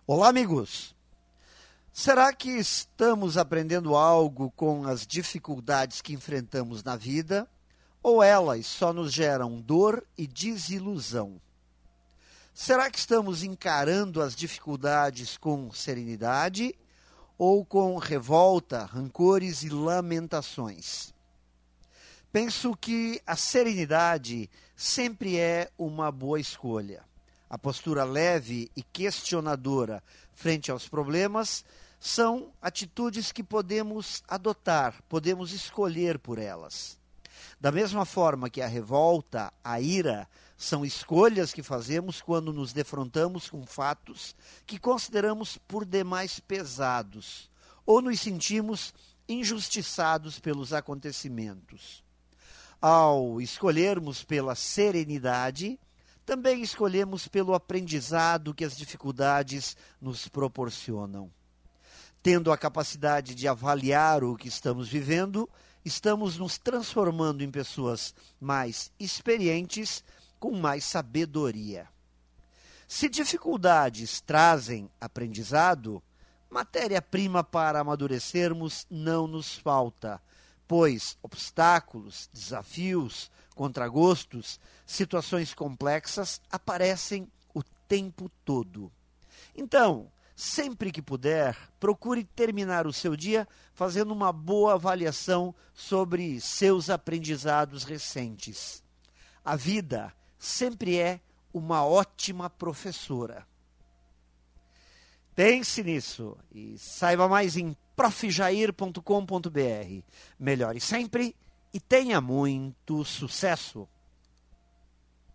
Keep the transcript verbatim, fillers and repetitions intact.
Olá, amigos! Será que estamos aprendendo algo com as dificuldades que enfrentamos na vida? Ou elas só nos geram dor e desilusão? Será que estamos encarando as dificuldades com serenidade ou com revolta, rancores e lamentações? Penso que a serenidade sempre é uma boa escolha. A postura leve e questionadora frente aos problemas são atitudes que podemos adotar, podemos escolher por elas. Da mesma forma que a revolta, a ira, são escolhas que fazemos quando nos defrontamos com fatos que consideramos por demais pesados ou nos sentimos injustiçados pelos acontecimentos. Ao escolhermos pela serenidade, também escolhemos pelo aprendizado que as dificuldades nos proporcionam. Tendo a capacidade de avaliar o que estamos vivendo, estamos nos transformando em pessoas mais experientes, com mais sabedoria. Se dificuldades trazem aprendizado, matéria-prima para amadurecermos não nos falta, pois obstáculos, desafios, contragostos, situações complexas aparecem o tempo todo. Então, sempre que puder, procure terminar o seu dia fazendo uma boa avaliação sobre seus aprendizados recentes. A vida sempre é uma ótima professora. Pense nisso e saiba mais em prof jair ponto com ponto br. Melhore sempre e tenha muito sucesso!